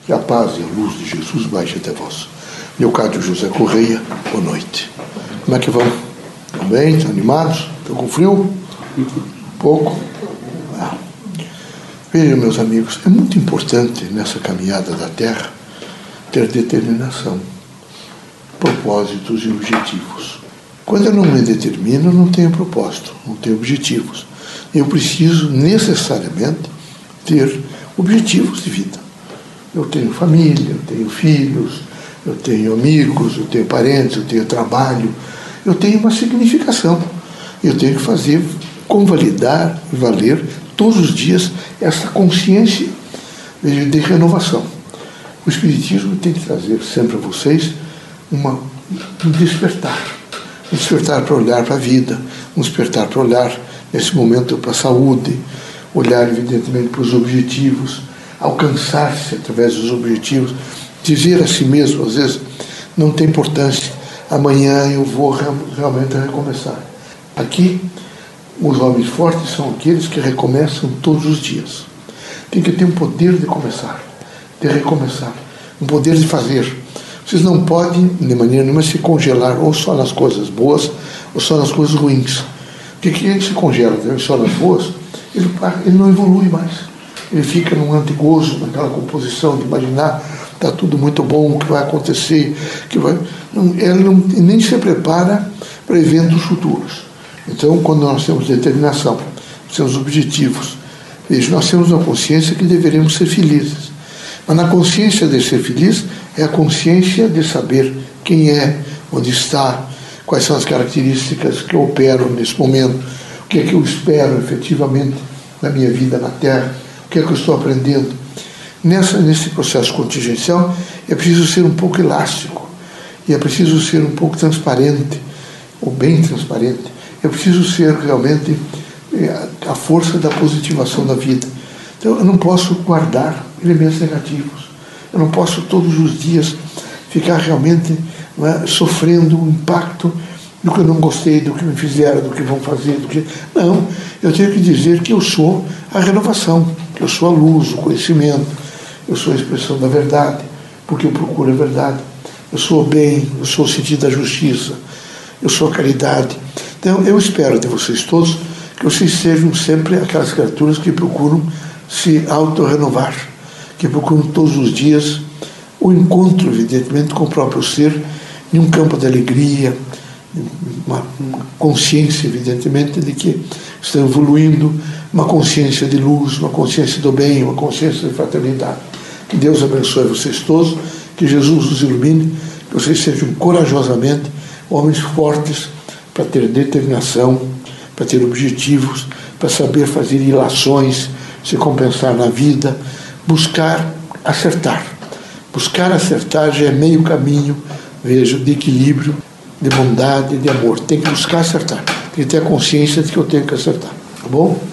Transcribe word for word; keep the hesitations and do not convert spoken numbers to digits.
Que a paz e a luz de Jesus baixe até vós. Leocádio José Correia, boa noite. Como é que vão? Estão bem? Estão animados? Estão com frio? Pouco? Ah. Vejam, meus amigos, é muito importante nessa caminhada da Terra ter determinação, propósitos e objetivos. Quando eu não me determino, eu não tenho propósito, não tenho objetivos. Eu preciso necessariamente ter objetivos de vida. Eu tenho família, eu tenho filhos, eu tenho amigos, eu tenho parentes, eu tenho trabalho, eu tenho uma significação. Eu tenho que fazer, convalidar e valer todos os dias essa consciência de renovação. O Espiritismo tem que trazer sempre a vocês uma, um despertar. Um despertar para olhar para a vida, um despertar para olhar, nesse momento, para a saúde, olhar, evidentemente, para os objetivos, alcançar-se através dos objetivos, dizer a si mesmo, às vezes, não tem importância, amanhã eu vou realmente recomeçar. Aqui, os homens fortes são aqueles que recomeçam todos os dias. Tem que ter um poder de começar, de recomeçar, um poder de fazer. Vocês não podem, de maneira nenhuma, se congelar ou só nas coisas boas ou só nas coisas ruins. Porque quem se congela só nas boas, ele, ele não evolui mais. Ele fica num antigozo, naquela composição de imaginar está tudo muito bom, o que vai acontecer, que vai... Não, ele não, nem se prepara para eventos futuros. Então, quando nós temos determinação, temos objetivos, veja, nós temos uma consciência que deveremos ser felizes. Mas na consciência de ser feliz é a consciência de saber quem é, onde está, quais são as características que eu opero nesse momento, o que é que eu espero efetivamente na minha vida na Terra, o que é que eu estou aprendendo. Nessa, nesse processo contingencial é preciso ser um pouco elástico e é preciso ser um pouco transparente, ou bem transparente. É preciso ser realmente a força da positivação da vida. Então eu não posso guardar elementos negativos. Eu não posso todos os dias ficar realmente, não é, sofrendo o impacto do que eu não gostei, do que me fizeram, do que vão fazer. Do que... Não, eu tenho que dizer que eu sou a renovação, que eu sou a luz, o conhecimento, eu sou a expressão da verdade, porque eu procuro a verdade. Eu sou o bem, eu sou o sentido da justiça, eu sou a caridade. Então eu espero de vocês todos que vocês sejam sempre aquelas criaturas que procuram se auto-renovar, que procuram todos os dias o encontro, evidentemente, com o próprio ser, em um campo de alegria, uma, uma consciência, evidentemente, de que estão evoluindo, uma consciência de luz, uma consciência do bem, uma consciência de fraternidade. Que Deus abençoe vocês todos, que Jesus os ilumine, que vocês sejam corajosamente homens fortes para ter determinação, para ter objetivos, para saber fazer ilações, se compensar na vida, buscar acertar. Buscar acertar já é meio caminho, vejo, de equilíbrio, de bondade, de amor. Tem que buscar acertar. Tem que ter a consciência de que eu tenho que acertar. Tá bom?